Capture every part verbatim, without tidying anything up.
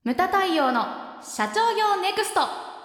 ムタ太陽の社長業ネクスト。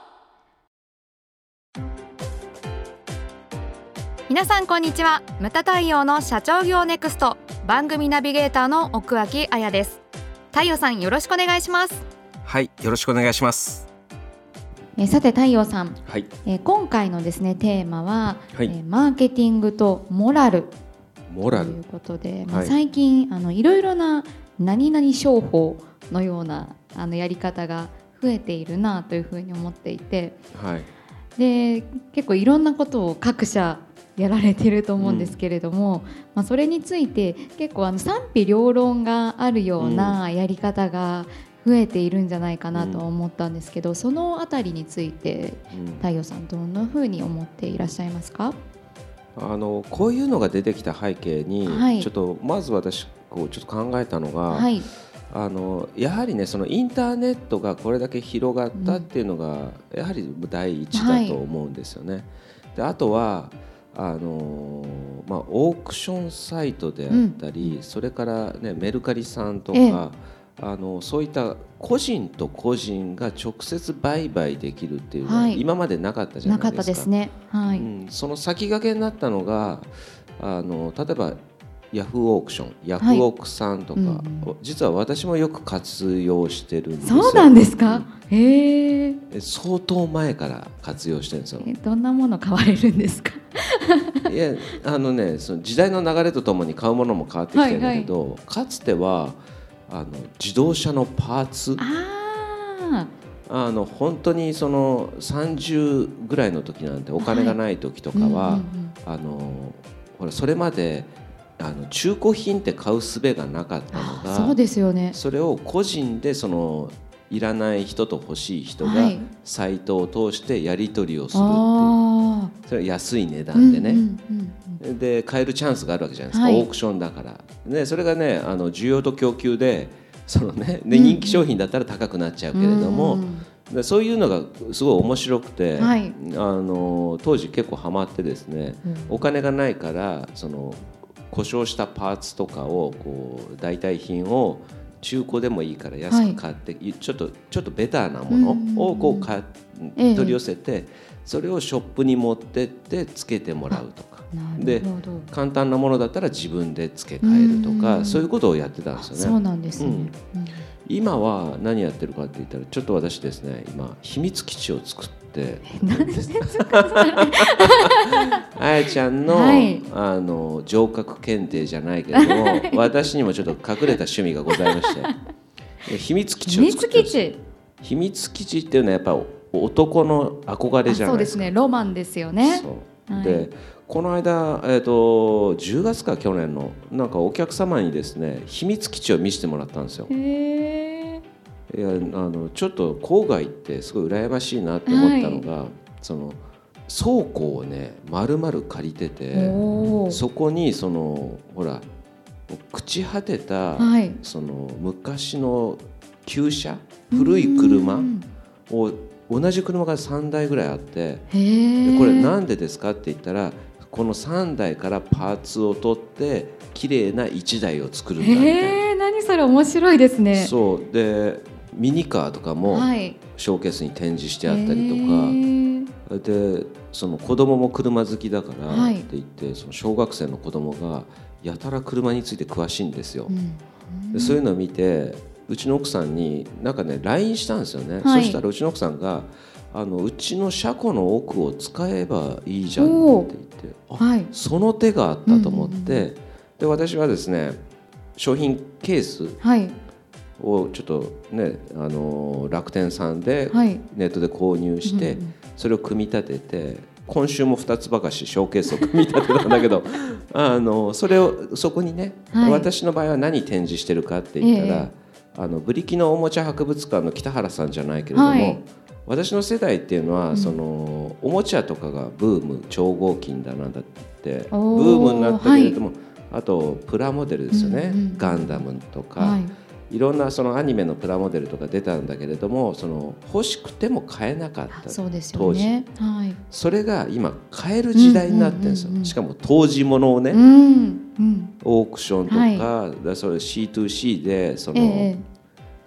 皆さんこんにちは。ムタ太陽の社長業ネクスト番組ナビゲーターの奥脇彩です。太陽さん、よろしくお願いします。 はい、よろしくお願いします。 えー、さて太陽さん、 はい、 えー、今回のですねテーマは、 はい、 えー、マーケティングとモラルモラルということで、まあ、 はい、 最近あのいろいろな何々商法のようなあのやり方が増えているなというふうに思っていて、 はい、 で結構いろんなことを各社やられていると思うんですけれども、うんまあ、それについて結構あの賛否両論があるようなやり方が増えているんじゃないかなと思ったんですけど、うん、そのあたりについて、うん、太陽さんどんなふうに思っていらっしゃいますか？ あのこういうのが出てきた背景に、はい、ちょっとまず私こうちょっと考えたのが、はい、あのやはりねそのインターネットがこれだけ広がったっていうのが、うん、やはり第一だと思うんですよね、はい、であとはあのまあ、オークションサイトであったり、うん、それから、ね、メルカリさんとか、ええ、あのそういった個人と個人が直接売買できるっていうのは、はい、今までなかったじゃないですか。なかったですね、はいうん、その先駆けになったのがあの例えばヤフーオークション、ヤフオクさんとか、はいうん、実は私もよく活用してるんですよ。 そうなんですか？へー。 相当前から活用してるんですよ。 えどんなもの買われるんですか？ いやあのね、その時代の流れとともに買うものも変わってきてるんだけど、はいはい、かつてはあの自動車のパーツああの本当にそのさんじゅうぐらいの時なんてお金がない時とかは、はいうんうんうん、あのほらそれまであの中古品って買う術がなかったのがそうですよね。 それを個人でそのいらない人と欲しい人がサイトを通してやり取りをするっていう、はい、それは安い値段でね、うんうんうん、で買えるチャンスがあるわけじゃないですか、はい、オークションだから、ね、それがねあの需要と供給でその、ね、で人気商品だったら高くなっちゃうけれども、うんうん、でそういうのがすごい面白くて、はい、あの当時結構ハマってですね、うん、お金がないからその故障したパーツとかをこう代替品を中古でもいいから安く買って、はい、ちょっとちょっとベターなものをこう買取り寄せて、ええ、それをショップに持ってって付けてもらうとかで簡単なものだったら自分で付け替えるとかそういうことをやってたんですよね。 そうなんですね、うん、 今は何やってるかって言ったらちょっと私ですね今秘密基地を作って何ですかあやちゃん の,、はい、あの城郭検定じゃないけれども私にもちょっと隠れた趣味がございまして秘密基地を作ってるんです。秘密基地秘密基地っていうのはやっぱ男の憧れじゃないですか。 そうですね、ロマンですよね。 そう、はい、でこの間、えーと、じゅうがつか去年のなんかお客様にですね秘密基地を見せてもらったんですよ。へいやあのちょっと郊外ってすごい羨ましいなって思ったのが、はい、その倉庫をね丸々借りててそこにそのほら朽ち果てた、はい、その昔の旧車古い車を同じ車がさんだいぐらいあってでこれなんでですかって言ったらこのさんだいからパーツを取って綺麗ないちだいを作るんだみたいな。 へー、何それ面白いですね。 そうでミニカーとかもショーケースに展示してあったりとか、はい、でその子供も車好きだからって言って、はい、その小学生の子供がやたら車について詳しいんですよ、うん、でそういうのを見てうちの奥さんになんかね ライン したんですよね、はい、そしたらうちの奥さんがあのうちの車庫の奥を使えばいいじゃんって言ってあ、はい、その手があったと思って、うんうんうん、で私はですね商品ケース、はいをちょっとね、あのー、楽天さんでネットで購入して、はいうんうん、それを組み立てて今週もふたつばかしショーケースを組み立てたんだけどあのそれをそこにね、はい、私の場合は何展示してるかって言ったら、ええ、あのブリキのおもちゃ博物館の北原さんじゃないけれども、はい、私の世代っていうのは、うん、そのおもちゃとかがブーム超合金だなんだってブームになったけれども、はい、あとプラモデルですよね、うんうん、ガンダムとか、はいいろんなそのアニメのプラモデルとか出たんだけれどもその欲しくても買えなかったそうですよね、 当時、 はい、 それが今買える時代になってるんですよ、うんうんうんうん、しかも当時物をね、うんうん、オークションとか、はい、だそれ シーツーシー でその、ええ、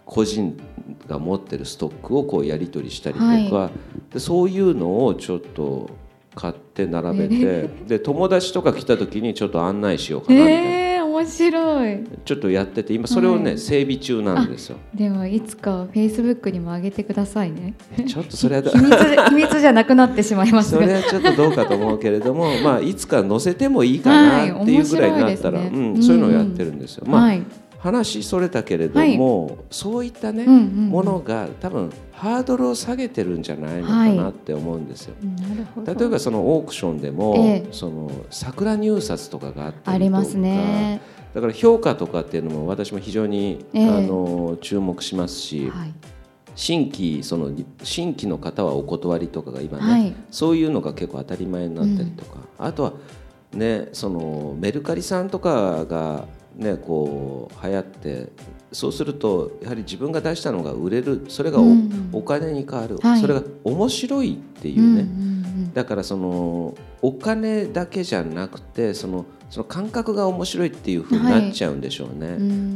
個人が持ってるストックをこうやり取りしたりとか、はい、でそういうのをちょっと買って並べて、えー、で友達とか来た時にちょっと案内しようかなみたいな、 えー、面白いちょっとやってて今それをね、はい、整備中なんですよ。 でもいつかフェイスブックにも上げてくださいね。 ちょっとそれは秘密秘密じゃなくなってしまいますがそれはちょっとどうかと思うけれどもまあいつか載せてもいいかなっていうぐらいになったら、はい、ね、うん、そういうのをやってるんですよ、うん、まあ、はい、話それたけれども、はい、そういったね、うんうんうん、ものが多分ハードルを下げてるんじゃないのかなって思うんですよ、はい、例えばそのオークションでも、えー、その桜入札とかがあったりとかありますね。 だから評価とかっていうのも私も非常に、えー、あの注目しますし、はい、新規その新規の方はお断りとかが今ね、はい、そういうのが結構当たり前になったりとか、うん、あとはねそのメルカリさんとかがね、こう流行ってそうするとやはり自分が出したのが売れるそれが お,、うん、お金に変わる、はい、それが面白いっていうね、うんうんうん、だからそのお金だけじゃなくてそのその感覚が面白いっていう風になっちゃうんでしょうね、はい、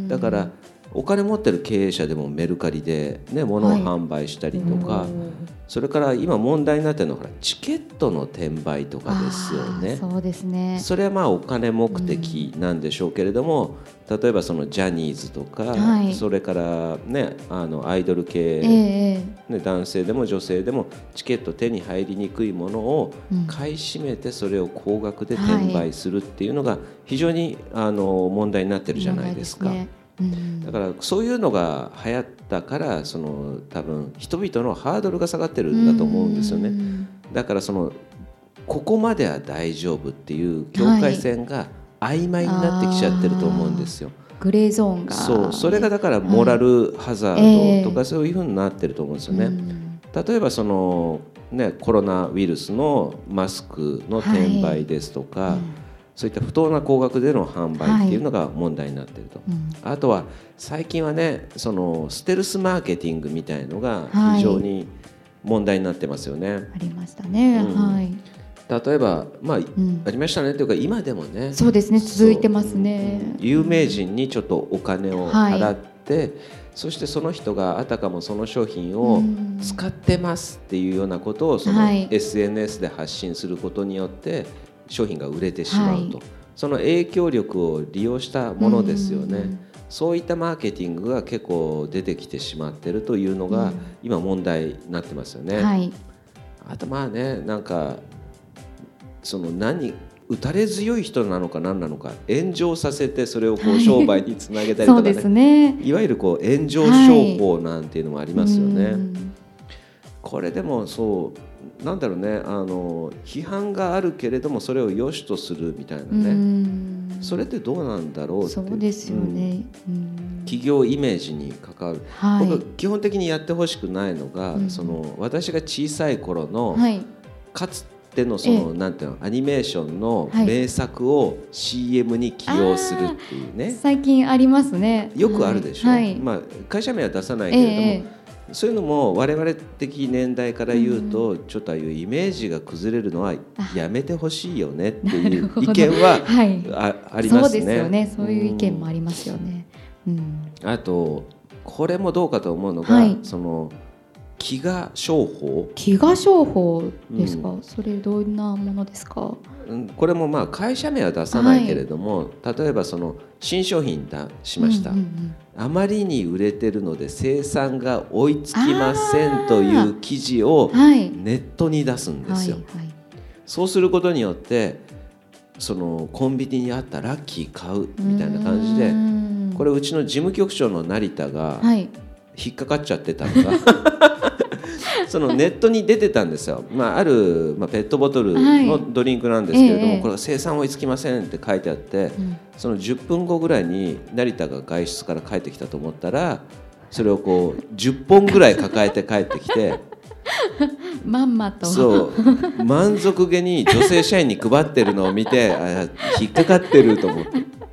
だからお金持ってる経営者でもメルカリで、ね、物を販売したりとか、はい、それから今問題になっているのはチケットの転売とかですよね。 そうですね。 それはまあお金目的なんでしょうけれども、うん、例えばそのジャニーズとか、はい、それから、ね、あのアイドル系、えーね、男性でも女性でもチケット手に入りにくいものを買い占めてそれを高額で転売するっていうのが非常にあの問題になってるじゃないですか。うん、だからそういうのが流行ったからその多分人々のハードルが下がってるんだと思うんですよね。だからそのここまでは大丈夫っていう境界線が曖昧になってきちゃってると思うんですよ、 はい、グレーゾーンがそうそれがだからモラルハザードとかそういうふうになってると思うんですよね、えー、例えばその、ね、コロナウイルスのマスクの転売ですとか、はい、うん、そういった不当な高額での販売っていうのが問題になっていると、はい、うん、あとは最近はねそのステルスマーケティングみたいのが非常に問題になってますよね、はい、 ありましたね、うん、はい、 例えば、まあうん、ありましたねというか今でもねそうですね続いてますね、 うん、有名人にちょっとお金を払って、はい、そしてその人があたかもその商品を使ってますっていうようなことをその エスエヌエス で発信することによって商品が売れてしまうと、はい、その影響力を利用したものですよね、うん、そういったマーケティングが結構出てきてしまっているというのが今問題になってますよね、はい、あとまあねなんかその何打たれ強い人なのか何なのか炎上させてそれをこう商売につなげたりとかね、はい、そうですね、いわゆるこう炎上商法なんていうのもありますよね、はい、これでもそうなんだろうねあの批判があるけれどもそれを良しとするみたいなね、それってどうなんだろうってそうですよね、 うん、企業イメージに関わる、はい、僕は基本的にやってほしくないのが、うん、その私が小さい頃の、はい、かつてのその、ええ、なんていうのアニメーションの名作を シーエム に起用するっていうね、 最近ありますね、 よくあるでしょ、はい、まあ、会社名は出さないけれども、ええ、そういうのも我々的年代から言うと、うん、ちょっとああいうイメージが崩れるのはやめてほしいよねっていう意見は あ,、はい、あ, ありますね。そうですよね、 そういう意見もありますよね、うんうん、 あとこれもどうかと思うのが、はい、その飢餓商法飢餓商法ですか、うん、それどんなものですか。 これもまあ会社名は出さないけれども、はい、例えばその新商品出しました、うんうんうん、あまりに売れてるので生産が追いつきませんという記事をネットに出すんですよ、はいはいはい、そうすることによってそのコンビニにあったラッキー買うみたいな感じで、これうちの事務局長の成田が引っかかっちゃってたのが、はいそのネットに出てたんですよ、まあ、ある、まあ、ペットボトルのドリンクなんですけれども、はい、これは生産追いつきませんって書いてあって、うん、そのじゅっぷんごぐらいに成田が外出から帰ってきたと思ったらそれをこうじゅっぽんぐらい抱えて帰ってきてまんまとそう満足げに女性社員に配ってるのを見てあ引っかかってると思って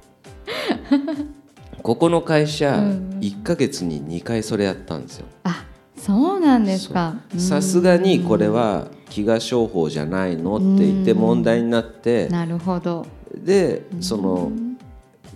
ここの会社、うん、いっかげつににかいそれやったんですよ。 あ、そうなんですか。 さすがにこれは飢餓商法じゃないのって言って問題になって、 なるほど。 でその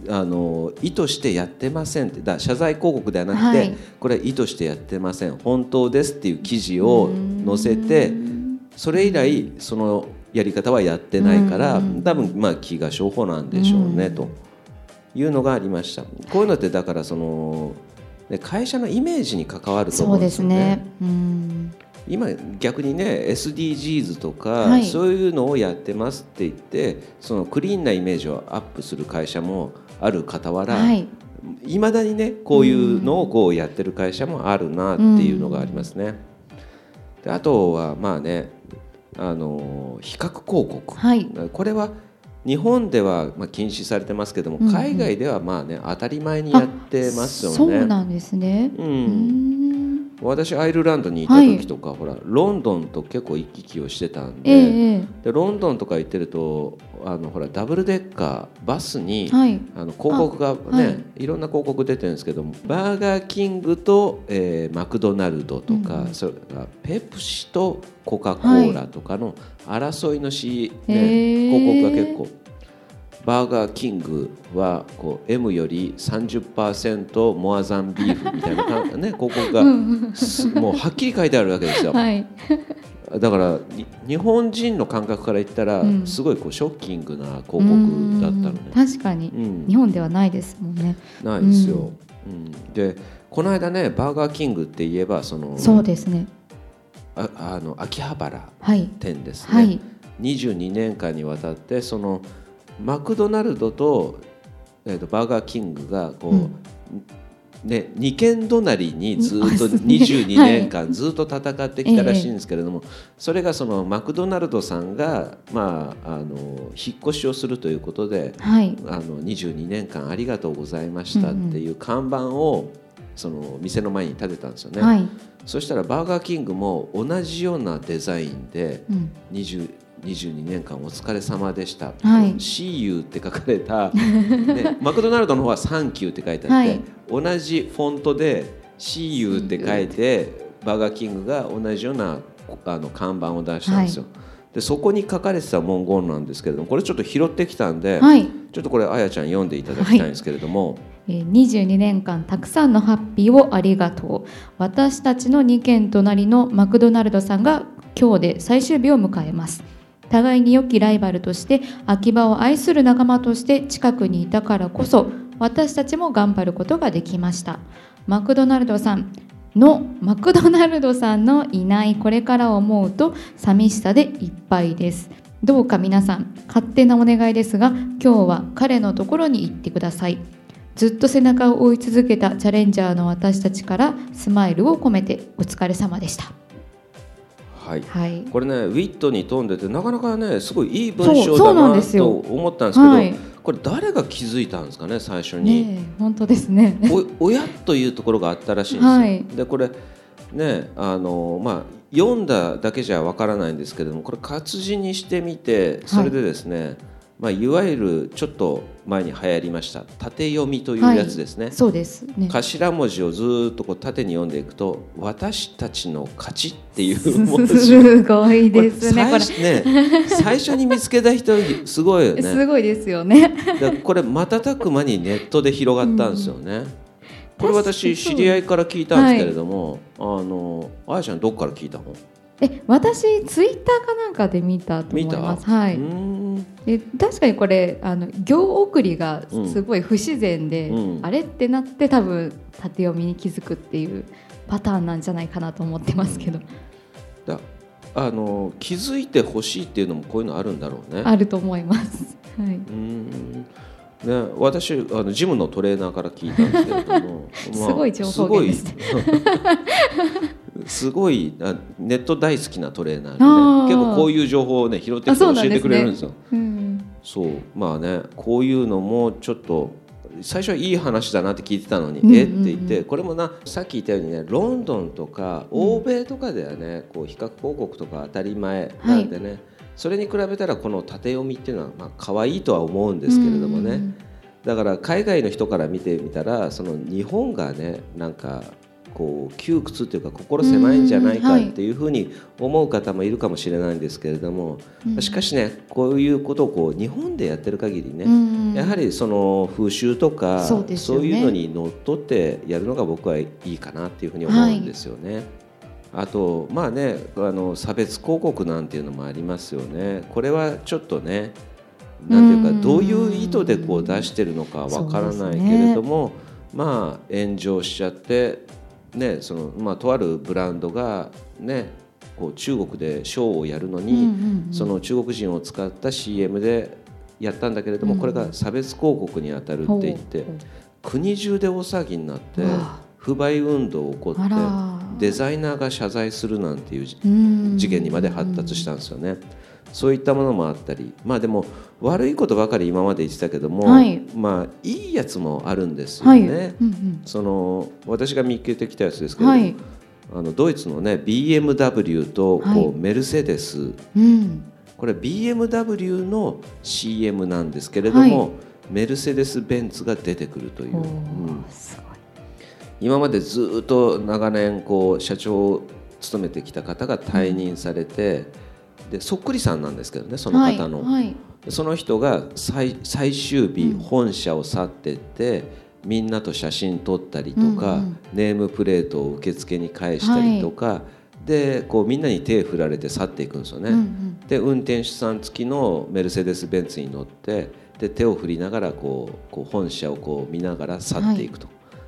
あの意図してやってませんってだ謝罪広告ではなくて、はい、これは意図してやってません本当ですっていう記事を載せてそれ以来そのやり方はやってないから多分まあ気が商法なんでしょうねというのがありました。こういうのってだからその会社のイメージに関わると思うんですよね。そうですね。うん今逆にね エスディージーズ とか、はい、そういうのをやってますって言ってそのクリーンなイメージをアップする会社もある傍ら、はい、未だにねこういうのをこうやってる会社もあるなっていうのがありますね。であとはまあねあの比較広告、はい、これは日本ではまあ禁止されてますけども、うんうん、海外ではまあね当たり前にやってますよね。 そうなんですね。うんうん私アイルランドにいた時とか、はい、ほらロンドンと結構行き来をしてたんで、えー、でロンドンとか行ってるとあのほらダブルデッカーバスに、はい、あの広告がね、はい、いろんな広告出てるんですけどもバーガーキングと、えー、マクドナルドとか、うん、それからペプシとコカ・コーラとかの争いのし、ねはい、広告が結構バーガーキングはこう エム より さんじゅっパーセント モアザンビーフみたいな、ね、広告がもうはっきり書いてあるわけですよ、はい、だから日本人の感覚から言ったらすごいこうショッキングな広告だったのね。 確かに、うん、日本ではないですもんね。 ないですよ、うん、でこの間ねバーガーキングって言えばそのそうですねああの秋葉原店ですね、 はいはい、 にじゅうにねんかんにわたってそのマクドナルド と,、えー、とバーガーキングがこう、うんね、に軒隣にずっとにじゅうにねんかんずっと戦ってきたらしいんですけれども、はい、それがそのマクドナルドさんが、まあ、あの引っ越しをするということで、はい、あのにじゅうにねんかんありがとうございましたっていう看板をその店の前に立てたんですよね、はい、そしたらバーガーキングも同じようなデザインでにじゅうにじゅうにねんかんお疲れ様でした、はい、シーユー って書かれた、ね、マクドナルドの方はサンキューって書いてあって、はい、同じフォントで シーユー って書いてバーガーキングが同じようなあの看板を出したんですよ、はい、でそこに書かれてた文言なんですけれどもこれちょっと拾ってきたんで、はい、ちょっとこれあやちゃん読んでいただきたいんですけれども、 はい、にじゅうにねんかんたくさんのハッピーをありがとう。私たちのに軒隣のマクドナルドさんが今日で最終日を迎えます。互いに良きライバルとして秋葉を愛する仲間として近くにいたからこそ私たちも頑張ることができました。マクドナルドさんのマクドナルドさんのいないこれからを思うと寂しさでいっぱいです。どうか皆さん勝手なお願いですが今日は彼のところに行ってください。ずっと背中を追い続けたチャレンジャーの私たちからスマイルを込めてお疲れ様でした。 はいはい、これねウィットに富んでてなかなかねすごいいい文章だなと思ったんですけど、はい、これ誰が気づいたんですかね最初に、 ね、本当ですねお親というところがあったらしいんですよ、はい、でこれねあの、まあ、読んだだけじゃわからないんですけれどもこれ活字にしてみてそれでですね、はいまあ、いわゆるちょっと前に流行りました縦読みというやつですね、はい、 そうですね頭文字をずっとこう縦に読んでいくと私たちの勝ちっていう文字すごいですねこれ最, ね最初に見つけた人すごいよねすごいですよねだこれ瞬く間にネットで広がったんですよね、うん、これ私知り合いから聞いたんですけれども、はい、あのあやちゃんどっから聞いたの？ え私ツイッターかなんかで見たと思います。はい、で確かにこれあの行送りがすごい不自然で、うん、あれってなって多分縦読みに気づくっていうパターンなんじゃないかなと思ってますけど、 だあの気づいてほしいっていうのもこういうのあるんだろうね。 あると思います、はい、 うんね、私あのジムのトレーナーから聞いたんですけれどもすごい情報源ですねすごいネット大好きなトレーナーで、ね、結構こういう情報を、ね、拾ってきて教えてくれるんですよ。そうなんですね、うん、そうまあねこういうのもちょっと最初はいい話だなって聞いてたのに、うんうんうん、えって言ってこれもなさっき言ったようにねロンドンとか欧米とかではねこう比較広告とか当たり前なんでね、はい、それに比べたらこの縦読みっていうのはまあ可愛いとは思うんですけれどもね、うんうん、だから海外の人から見てみたらその日本がねなんかこう窮屈というか心狭いんじゃないかっていうふうに思う方もいるかもしれないんですけれども、はい、しかしねこういうことをこう日本でやってる限りね、うん、やはりその風習とか そうですよね、そういうのにのっとってやるのが僕はいいかなっていうふうに思うんですよね。はい、あとまあねあの差別広告なんていうのもありますよね。これはちょっとねなんていうかどういう意図でこう出してるのかわからないけれども、まあ炎上しちゃってね、そのまあとあるブランドがねこう中国でショーをやるのにその中国人を使った シーエム でやったんだけれどもこれが差別広告に当たるって言って国中で大騒ぎになって不買運動起こってデザイナーが謝罪するなんていう事件にまで発達したんですよね。そういったものもあったり、まあでも悪いことばかり今まで言ってたけども、はい、まあいいやつもあるんですよね。はい、うんうん、その私が見つけてきたやつですけど、はい、あのドイツのね ビーエムダブリュー とこう、はい、メルセデス、うん、これ ビーエムダブリュー の シーエム なんですけれども、はい、メルセデス・ベンツが出てくるという、うん、すごい。今までずっと長年こう社長を務めてきた方が退任されて、うんでそっくりさんなんですけどねその方の、はいはい、その人が 最, 最終日、うん、本社を去っていってみんなと写真撮ったりとか、うんうん、ネームプレートを受付に返したりとか、はい、でこうみんなに手振られて去っていくんですよね、うんうん、で運転手さん付きのメルセデス・ベンツに乗ってで手を振りながらこうこう本社をこう見ながら去っていくと、はい、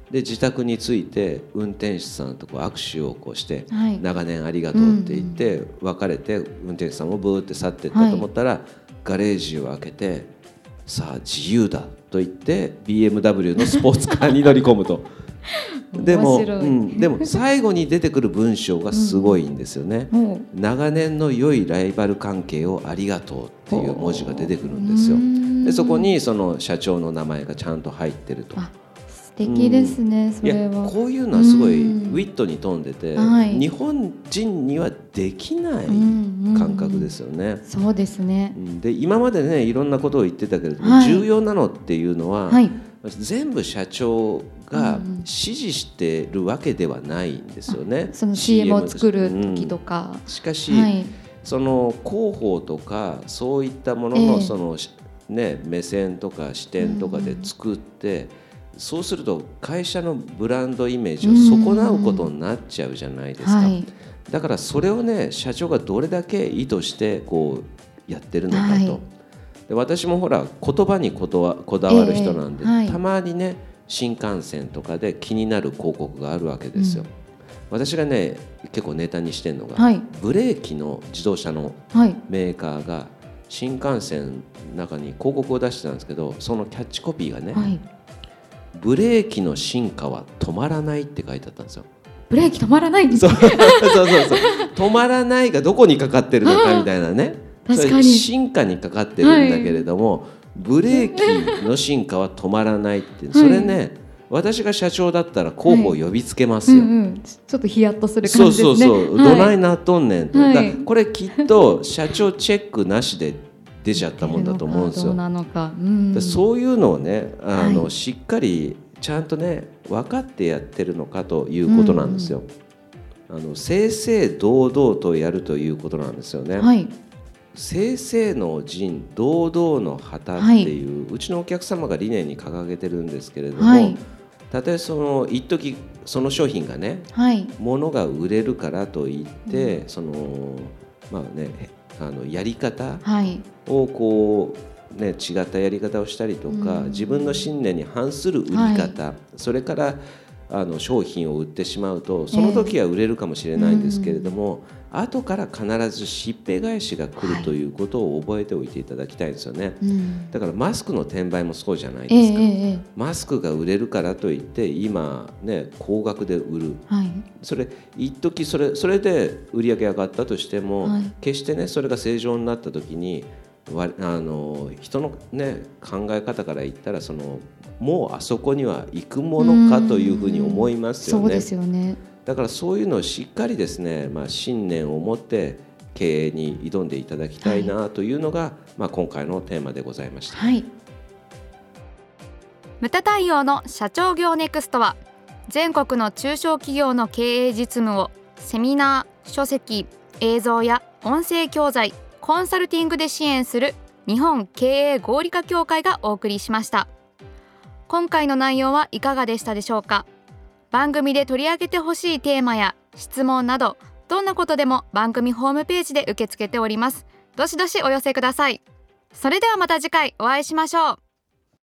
で自宅に着いて運転手さんとこう握手をこうして、はい、長年ありがとうって言って別れて運転手さんもブーって去っていったと思ったら、はい、ガレージを開けてさあ自由だと言って ビーエムダブリュー のスポーツカーに乗り込むとでも、うん、でも最後に出てくる文章がすごいんですよね、うん、長年の良いライバル関係をありがとうっていう文字が出てくるんですよ。でそこにその社長の名前がちゃんと入ってると。 素敵ですね、うん、それは。 いやこういうのはすごいウィットに富んでて、はい、日本人にはできない感覚ですよね、うんうんうん、 そうですね。 で今までねいろんなことを言ってたけれども、はい、重要なのっていうのは、はい、全部社長が指示してるわけではないんですよね、うん、 その シーエム を作る時とか、 うん、しかし、はい、その広報とかそういったものの、その、えーね、目線とか視点とかで作って、うんそうすると会社のブランドイメージを損なうことになっちゃうじゃないですか、はい、だからそれをね社長がどれだけ意図してこうやってるのかと、はい、で私もほら言葉にこだわ、こだわる人なんで、えーはい、たまにね新幹線とかで気になる広告があるわけですよ、うん、私がね結構ネタにしてるのが、はい、ブレーキの自動車のメーカーが新幹線の中に広告を出してたんですけどそのキャッチコピーがね、はいブレーキの進化は止まらないって書いてあったんですよ。 ブレーキ止まらないんですかそうそうそうそう止まらないがどこにかかってるのかみたいなね確かに進化にかかってるんだけれども、はい、ブレーキの進化は止まらないってそれね、はい、私が社長だったら候補を呼びつけますよ、はいうんうん、 ちょっとヒヤッとする感じですね。 そうそうそう、 はい、 どないなっとんねんと、はい、これきっと社長チェックなしで出ちゃったもんだと思うんですよ。 どうなのか、うん、 そういうのをねあの、はい、しっかりちゃんとね分かってやってるのかということなんですよ、うんうん、あの正々堂々とやるということなんですよね、はい、正々の仁堂々の旗っていう、はい、うちのお客様が理念に掲げてるんですけれども、はい、たとえその一時その商品がね、はい、物が売れるからといって、うん、そのまあねあのやり方をこう、ね、違ったやり方をしたりとか、うん、自分の信念に反する売り方、はい、それからあの商品を売ってしまうとその時は売れるかもしれないんですけれども、えー、後から必ずしっぺ返しが来るということを覚えておいていただきたいんですよね、うん、だからマスクの転売もそうじゃないですか、えーえー、マスクが売れるからといって今、ね、高額で売る、はい、それ一時それそれで売り上げ上がったとしても、はい、決してねそれが正常になった時にあの人の、ね、考え方から言ったらそのもうあそこには行くものかというふうに思いますよね。 そうですよね。 だからそういうのをしっかりですね、まあ、信念を持って経営に挑んでいただきたいなというのが、はいまあ、今回のテーマでございました、はい、 ムタ太陽の社長業ネクストは全国の中小企業の経営実務をセミナー、書籍、映像や音声教材、コンサルティングで支援する日本経営合理化協会がお送りしました。今回の内容はいかがでしたでしょうか。番組で取り上げてほしいテーマや質問など、どんなことでも番組ホームページで受け付けております。どしどしお寄せください。それではまた次回お会いしましょう。